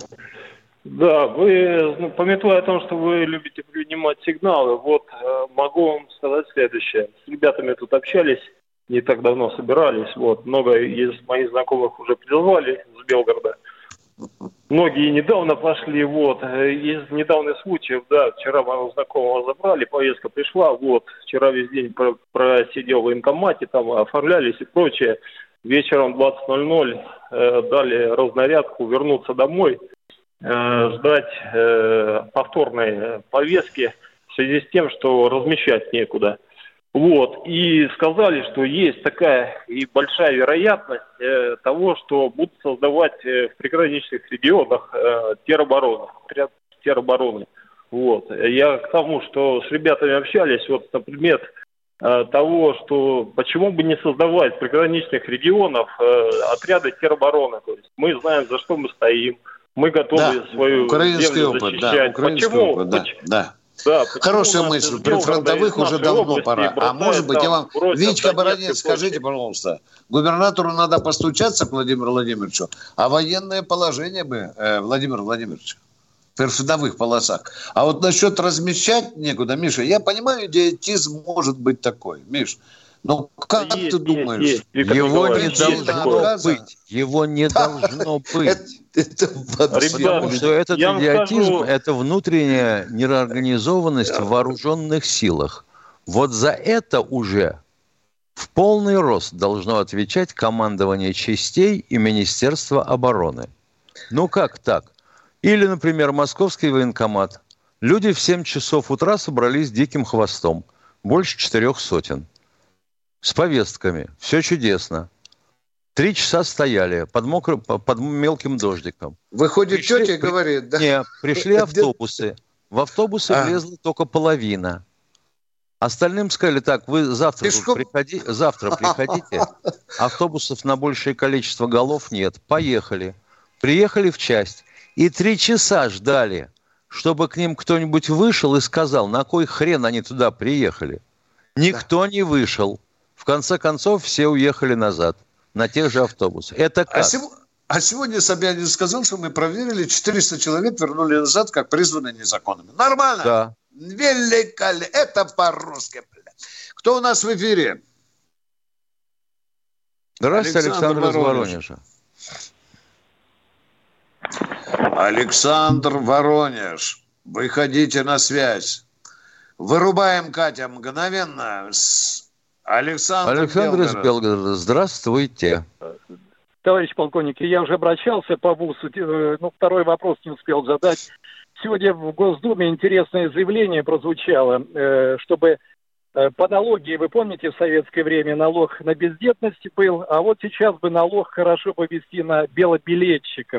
Да, вы, ну, памятуя о том, что вы любите принимать сигналы, вот э, могу вам сказать следующее. С ребятами тут общались, не так давно собирались, вот, много из моих знакомых уже призвали с Белгорода. Многие недавно пошли, вот, из недавних случаев, да, вчера моего знакомого забрали, повестка пришла, вот, вчера весь день просидел в военкомате, там оформлялись и прочее. Вечером двадцать ноль ноль э, дали разнарядку вернуться домой, ждать э, повторной повестки в связи с тем, что размещать некуда. Вот. И сказали, что есть такая и большая вероятность э, того, что будут создавать э, в приграничных регионах э, тероборону, отряд теробороны. Вот. Я к тому, что с ребятами общались, вот, например, э, того, что почему бы не создавать в приграничных регионах э, отряды теробороны. То есть мы знаем, за что мы стоим. Мы готовы да. свою землю опыт, защищать. Да, почему? Опыт, да, Почему? да. Да, хорошая мысль. При фронтовых уже давно пора. А может быть, я вам... Витька Баранец, скажите, пожалуйста, губернатору надо постучаться к Владимиру Владимировичу, а военное положение бы, э, Владимир Владимирович, в прифронтовых полосах. А вот насчет размещать некуда, Миша, я понимаю, идиотизм может быть такой. Миш, ну, как есть, ты думаешь? Есть, есть. Его не должно быть. Его не должно быть. Потому что этот идиотизм – это внутренняя неорганизованность в вооруженных силах. Вот за это уже в полный рост должно отвечать командование частей и Министерство обороны. Ну, как так? Или, например, московский военкомат. Люди в семь часов утра собрались диким хвостом. Больше четырех сотен. С повестками. Все чудесно. Три часа стояли под, мокрым, под мелким дождиком. Выходит, пришли, тетя при... говорит, да? Нет, пришли автобусы. В автобусы а. влезла только половина. Остальным сказали, так, вы завтра, приходи, завтра приходите. Автобусов на большее количество голов нет. Поехали. Приехали в часть. И три часа ждали, чтобы к ним кто-нибудь вышел и сказал, на кой хрен они туда приехали. Никто да. не вышел. В конце концов, все уехали назад на тех же автобусах. Это как? А, сего... а сегодня Собянин сказал, что мы проверили, четыреста человек вернули назад, как призваны незаконными. Нормально? Да. Великолепно. Это по-русски. Кто у нас в эфире? Здравствуйте, Александр, Александр из Воронежа. Александр Воронеж. Выходите на связь. Вырубаем, Катя, мгновенно. Александр, Александр из Белгорода. Здравствуйте. Товарищ полковник, я уже обращался по ВУСу, но второй вопрос не успел задать. Сегодня в Госдуме интересное заявление прозвучало, чтобы по налоге, вы помните, в советское время налог на бездетность был, а вот сейчас бы налог хорошо бы ввести на белобилетчиков.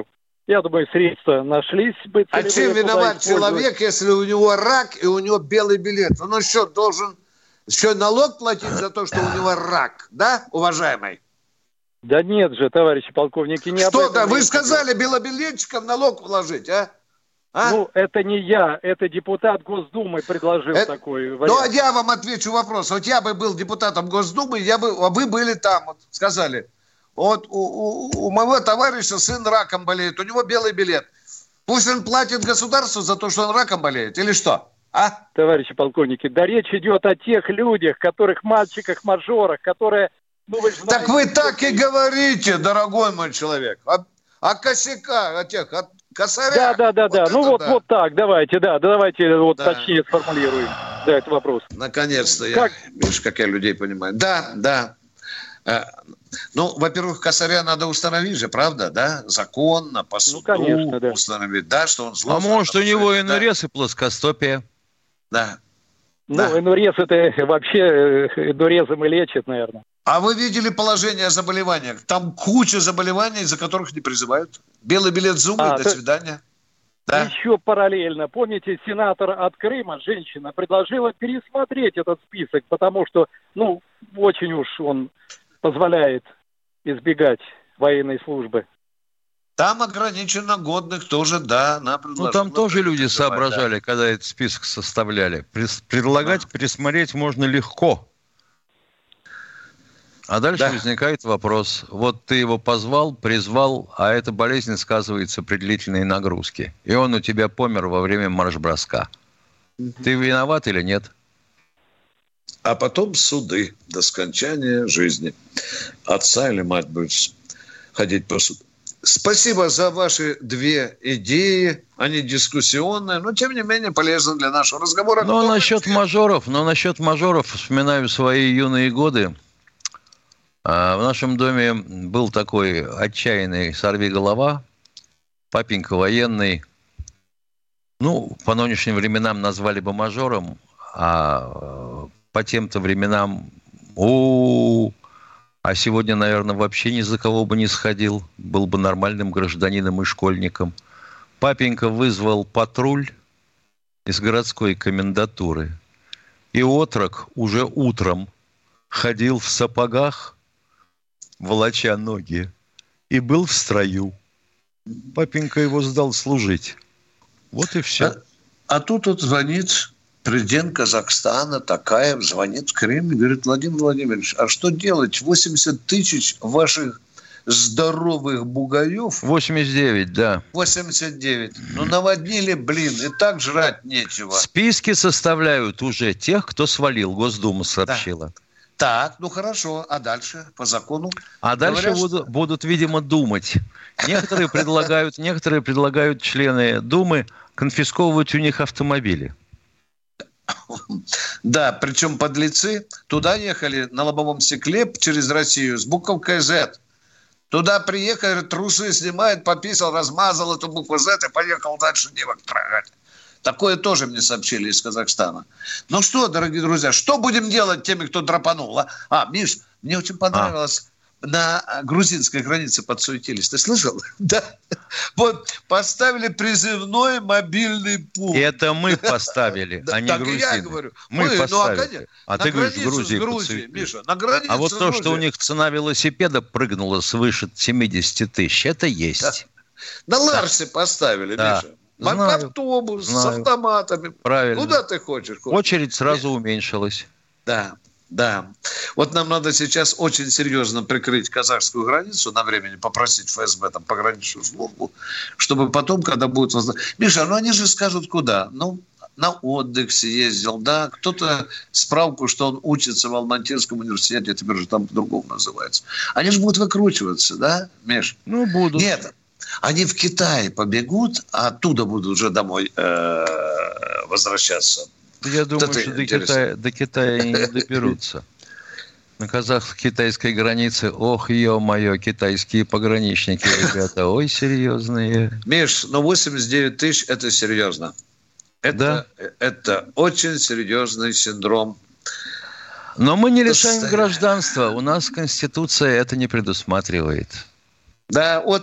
Я думаю, средства нашлись бы. А чем виноват человек, если у него рак и у него белый билет? Он что, должен еще налог платить за то, что у него рак? Да, уважаемый? Да нет же, товарищи полковники, не Что да? Вы сказали белобилетчикам налог вложить, а? А? Ну, это не я, это депутат Госдумы предложил это... такой вариант. Ну, а я вам отвечу вопрос. Вот я бы был депутатом Госдумы, я бы, а вы были там, вот, сказали, вот у, у, у моего товарища сын раком болеет, у него белый билет. Пусть он платит государству за то, что он раком болеет, или что? А? Товарищи полковники, да речь идет о тех людях, которых мальчиках-мажорах, которые... Ну, вы знаете, так вы так и говорите, дорогой мой человек. О, о косяках, о тех, о косарях. Да, да, да, вот да. Ну вот, да. вот так, давайте, да, давайте вот да. точнее сформулируем да, этот вопрос. Наконец-то как? я, видишь, как я людей понимаю. Да, да. Ну, во-первых, косаря надо установить же, правда, да? Законно, по суду ну, конечно, да. установить, да, что он злостный. А может, у него инурез да. и плоскостопие? Да. Ну, да. инурез это вообще инурезом и лечит, наверное. А вы видели положение о заболеваниях? Там куча заболеваний, за которых не призывают. Белый билет зубы, а, до то... свидания. Да. Еще параллельно, помните, сенатор от Крыма, женщина, предложила пересмотреть этот список, потому что, ну, очень уж он позволяет избегать военной службы. Там ограниченно годных тоже, да, она предложила. Ну, там тоже люди соображали, да. когда этот список составляли. Предлагать да. пересмотреть можно легко. А дальше да. возникает вопрос. Вот ты его позвал, призвал, а эта болезнь сказывается при длительной нагрузке. И он у тебя помер во время марш-броска. Угу. Ты виноват или нет? А потом суды до скончания жизни. Отца или мать будет ходить по суду. Спасибо за ваши две идеи. Они дискуссионные, но тем не менее полезны для нашего разговора. Но Кто насчет мажоров, но насчет мажоров вспоминаю свои юные годы. В нашем доме был такой отчаянный сорвиголова, папенька военный. Ну, по нынешним временам назвали бы мажором, а по тем-то временам, о, а сегодня, наверное, вообще ни за кого бы не сходил, был бы нормальным гражданином и школьником. Папенька вызвал патруль из городской комендатуры, и отрок уже утром ходил в сапогах, волоча ноги, и был в строю. Папенька его сдал служить. Вот и все. А, а тут вот звонит президент Казахстана, Токаев, звонит в Крым и говорит: Владимир Владимирович, а что делать? восемьдесят тысяч ваших здоровых бугаев. восемьдесят девять, да. восемьдесят девять. Ну, наводнили, блин, и так жрать нечего. Списки составляют уже тех, кто свалил, Госдума сообщила. Да. Так, ну хорошо, а дальше по закону? А дальше говорят, будут, что... будут, видимо, думать. Некоторые предлагают, некоторые предлагают члены Думы конфисковывать у них автомобили. Да, причем подлецы туда ехали на лобовом стекле через Россию с буковкой Z. Туда приехали, трусы снимает, пописал, размазал эту букву Z и поехал дальше девок трогать. Такое тоже мне сообщили из Казахстана. Ну что, дорогие друзья, что будем делать теми, кто драпанул? А, а Миш, мне очень понравилось, а. на грузинской границе подсуетились. Ты слышал? Да. Вот, поставили призывной мобильный пункт. Это мы поставили, а не грузины. Так и я говорю. Мы поставили. А ты говоришь, в Грузии, Миша, на границе. А вот то, что у них цена велосипеда прыгнула свыше семьдесят тысяч, это есть. На Ларсе поставили, Миша. Знаю, автобус знаю. С автоматами. Правильно. Куда ты хочешь? хочешь? Очередь сразу уменьшилась. Да, да. Вот нам надо сейчас очень серьезно прикрыть казахскую границу на времени, попросить эф эс бэ, там, пограничную службу, чтобы потом, когда будет... Миша, ну они же скажут, куда? Ну, на отдых съездил, да, кто-то справку, что он учится в Алматинском университете, теперь же там по-другому называется. Они же будут выкручиваться, да, Миш? Ну, будут. Нет, они в Китай побегут, а оттуда будут уже домой э, возвращаться. Я думаю, что до Китая, до Китая и не доберутся. На казахско-китайской границе, ох, ё-моё, китайские пограничники, ребята, ой, серьезные. Миш, ну восемьдесят девять тысяч – это серьезно. Это, да? Это очень серьезный синдром. Но мы не лишаем гражданства. У нас Конституция это не предусматривает. Да, вот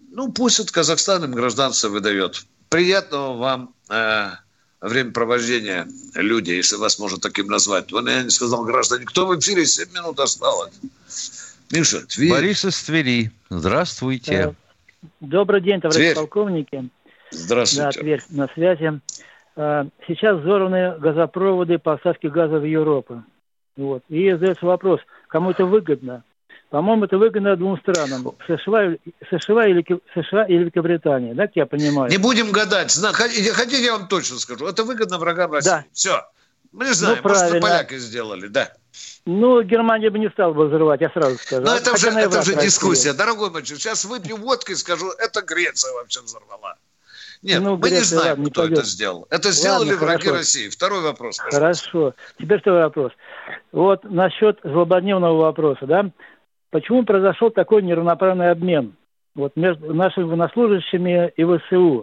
Ну, пусть от Казахстана им гражданство выдает. Приятного вам э, времяпровождения, люди, если вас можно таким назвать. Вон я не сказал граждане. Кто в эфире? семь минут осталось. Миша, Тверь. Борис из Твери. Здравствуйте. Добрый день, товарищи Тверь. полковники. Здравствуйте. Да, Тверь на связи. Сейчас взорваны газопроводы поставки газа в Европу. Вот. И задается вопрос, кому это выгодно? По-моему, это выгодно двум странам. США, США, или, США и Великобритания, да, как я понимаю? Не будем гадать. Хотите, я вам точно скажу. Это выгодно врагам России. Да. Все. Мы не знаем, ну, может, это поляки сделали, да. Ну, Германия бы не стала бы взрывать, я сразу скажу. Но это Хотя уже, это уже дискуссия. России. Дорогой мальчик, сейчас выпью водки и скажу, это Греция вообще взорвала. Нет, ну, мы Греция, не знаем, ладно, кто не это сделал. Это сделали ладно, враги хорошо. России. Второй вопрос. Пожалуйста. Хорошо. Теперь второй вопрос. Вот насчет злободневного вопроса, да? Почему произошел такой неравноправный обмен вот, между нашими военнослужащими и ВСУ?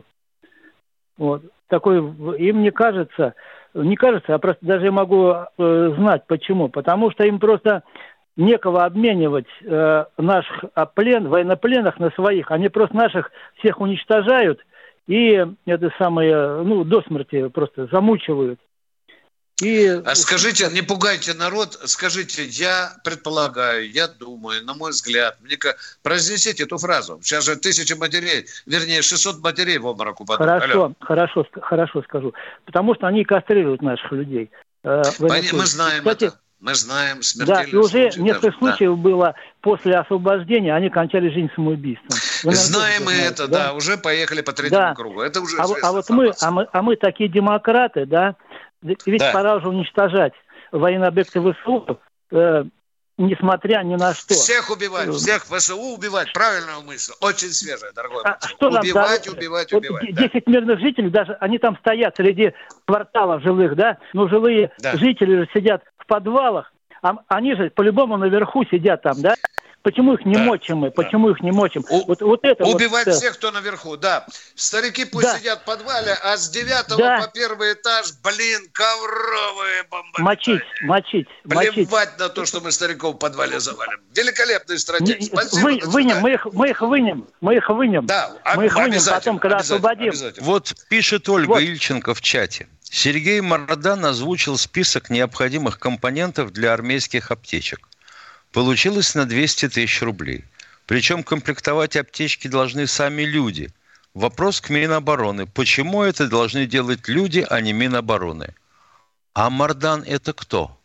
Вот. Такой, им не кажется, не кажется, а просто даже я могу э, знать почему. Потому что им просто некого обменивать э, наших плен, военнопленных на своих. Они просто наших всех уничтожают и это самое, ну, до смерти просто замучивают. И... А скажите, не пугайте народ, скажите, я предполагаю, я думаю, на мой взгляд, мне произнесите эту фразу. Сейчас же тысяча матерей, вернее, шестьсот матерей в обморок упадут. Хорошо, Алло. хорошо, хорошо скажу. Потому что они кастрируют наших людей. Э, мы знаем Кстати, это. Мы знаем смертельные Да, и уже случаи, несколько да. случаев было после освобождения, они кончали жизнь самоубийством. Вы, знаем мы знаете, это, да? да, уже поехали по третьему да. кругу. Это уже а, а вот мы, а мы, а мы такие демократы, да, ведь да. пора уже уничтожать военные объекты ВСУ, э, несмотря ни на что. Всех убивать, всех ВСУ убивать, правильная мысль, очень свежая, дорогой. А что убивать, нам, убивать, вот убивать. десять да. мирных жителей, даже они там стоят среди кварталов жилых, да, но жилые да. жители же сидят в подвалах, а они же по-любому наверху сидят там, да? Почему их не да, мочим мы? Почему да. их не мочим? У, вот, вот это убивать вот, всех, кто наверху, да. Старики пусть да. сидят в подвале, а с девятого да. по первый этаж, блин, ковровые бомбы. Мочить, мочить, Плевать мочить. на то, что мы стариков в подвале завалим. Великолепная стратегия. Вы, вынем, мы их, мы их вынем, мы их вынем. Да, мы их вынем потом, когда освободим. Вот пишет Ольга вот. Ильченко в чате. Сергей Мардан озвучил список необходимых компонентов для армейских аптечек. Получилось на двести тысяч рублей. Причем комплектовать аптечки должны сами люди. Вопрос к Минобороны. Почему это должны делать люди, а не Минобороны? А Мардан это кто?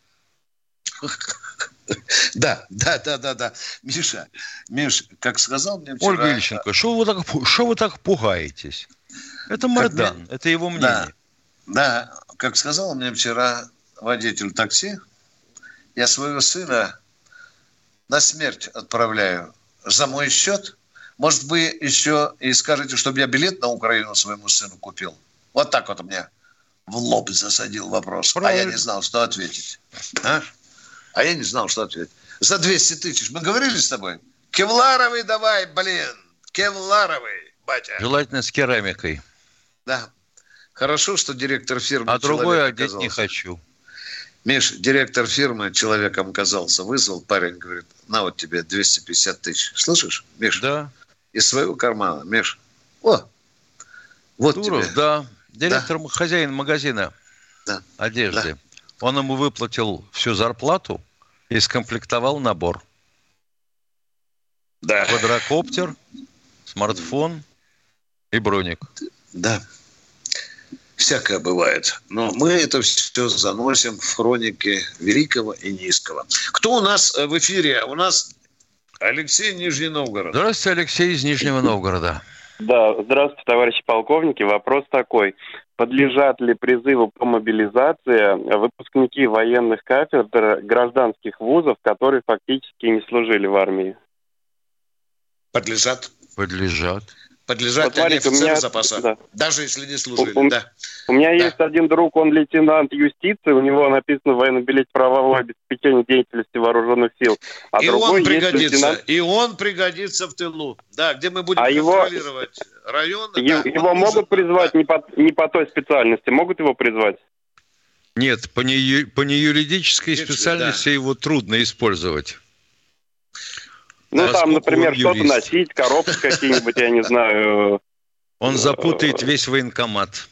Да, да, да, да, да. Миша, Миш, как сказал мне вчера... Ольга Ильченко, что вы так, что вы так пугаетесь? Это Мардан, мне... это его мнение. Да, да, как сказал мне вчера водитель такси, я своего сына на смерть отправляю за мой счет. Может, вы еще и скажете, чтобы я билет на Украину своему сыну купил? Вот так вот мне в лоб засадил вопрос. Правильно. А я не знал, что ответить. А? а я не знал, что ответить. За двести тысяч. Мы говорили с тобой? Кевларовый давай, блин. Кевларовый, батя. Желательно с керамикой. Да. Хорошо, что директор фирмы... А другой одеть не хочу. Миш, директор фирмы человеком оказался. Вызвал, парень говорит, на вот тебе двести пятьдесят тысяч. Слышишь, Миш? Да. Из своего кармана, Миш. О, вот Туров, тебе. Да. Директор, да. хозяин магазина да. одежды. Да. Он ему выплатил всю зарплату и скомплектовал набор. Да. Квадрокоптер, смартфон и броник. Да. Всякое бывает. Но мы это все заносим в хроники великого и низкого. Кто у нас в эфире? У нас Алексей, Нижний Новгород. Здравствуйте, Алексей из Нижнего Новгорода. Да, здравствуйте, товарищи полковники. Вопрос такой. Подлежат ли призыву по мобилизации выпускники военных кафедр гражданских вузов, которые фактически не служили в армии? Подлежат. Подлежат. Подлежат вот, смотрите, они офицеры меня... запаса, да. даже если не служили. У, да. у меня да. есть один друг, он лейтенант юстиции, у него написано в военном билете правовое обеспечение деятельности вооруженных сил. А и он пригодится, лейтенант... и он пригодится в тылу, да, где мы будем а контролировать его... район. Его, да, его могут нужен, призвать да. не, по, не по той специальности, могут его призвать? Нет, по, не, по неюридической специальности да. его трудно использовать. Ну, Да, там, например, он что-то юрист. носить, коробки какие-нибудь, я не знаю. Он запутает весь военкомат.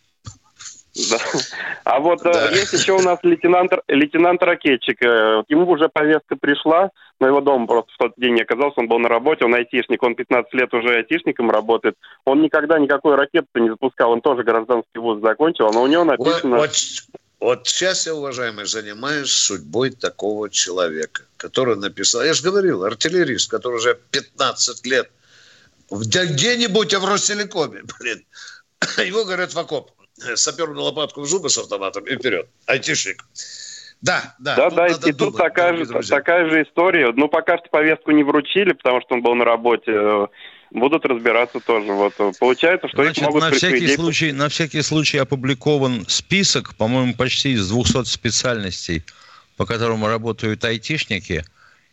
Да. А вот Да. э, есть еще у нас лейтенант, лейтенант-ракетчик. Э, Ему уже повестка пришла, но его дома просто в тот день не оказался, он был на работе, он айтишник, он пятнадцать лет уже айтишником работает. Он никогда никакой ракеты не запускал, он тоже гражданский вуз закончил, но у него написано... Вот, вот сейчас я, уважаемый, занимаюсь судьбой такого человека, который написал, я же говорил, артиллерист, который уже пятнадцать лет где- где-нибудь в Ростелекоме, блин, его, говорят, в окоп, саперную лопатку в зубы с автоматом и вперед, айтишник. Да, да. Да, тут да, надо и тут думать, такая дорогие же, друзья. такая же история. Ну, пока что повестку не вручили, потому что он был на работе. Э, Будут разбираться тоже. Вот получается, что Значит, их могут на при- всякий, людей- случай, на всякий случай опубликован список, по-моему, почти из двухсот специальностей, по которым работают айтишники,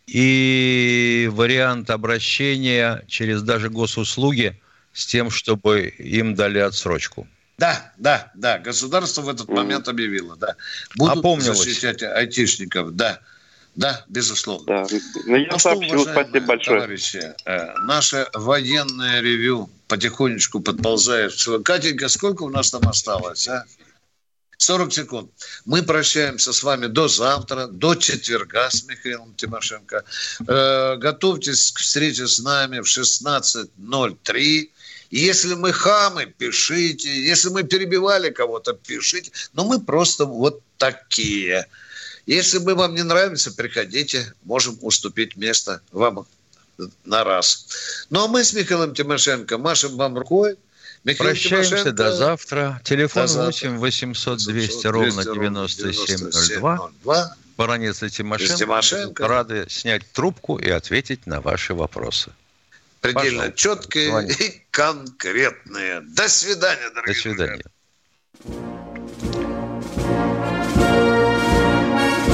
и вариант обращения через даже госуслуги с тем, чтобы им дали отсрочку. Да, да, да. Государство в этот момент объявило, да. Будут Опомнилось. защищать айтишников, да. Да, безусловно. Да. Ну, я Ну что, сообщил, уважаемые спасибо большое. товарищи, э, наше военное ревью потихонечку подползает. Катенька, сколько у нас там осталось, а? сорок секунд. Мы прощаемся с вами до завтра, до четверга с Михаилом Тимошенко. Э, готовьтесь к встрече с нами в шестнадцать ноль три. Если мы хамы, пишите. Если мы перебивали кого-то, пишите. Но мы просто вот такие. Если мы вам не нравимся, приходите. Можем уступить место вам на раз. Ну, а мы с Михаилом Тимошенко машем вам рукой. Михаил Прощаемся Тимошенко. до завтра. Телефон До завтра. восемь восемьсот двести ровно девяносто семь ноль два. Баранец и Тимошенко. Тимошенко. Рады снять трубку и ответить на ваши вопросы. Предельно Пожалуйста, четкие звоните. и конкретные. До свидания, дорогие До свидания.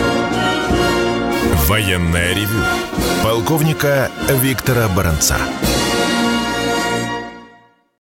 Военное ревю полковника Виктора Баранца.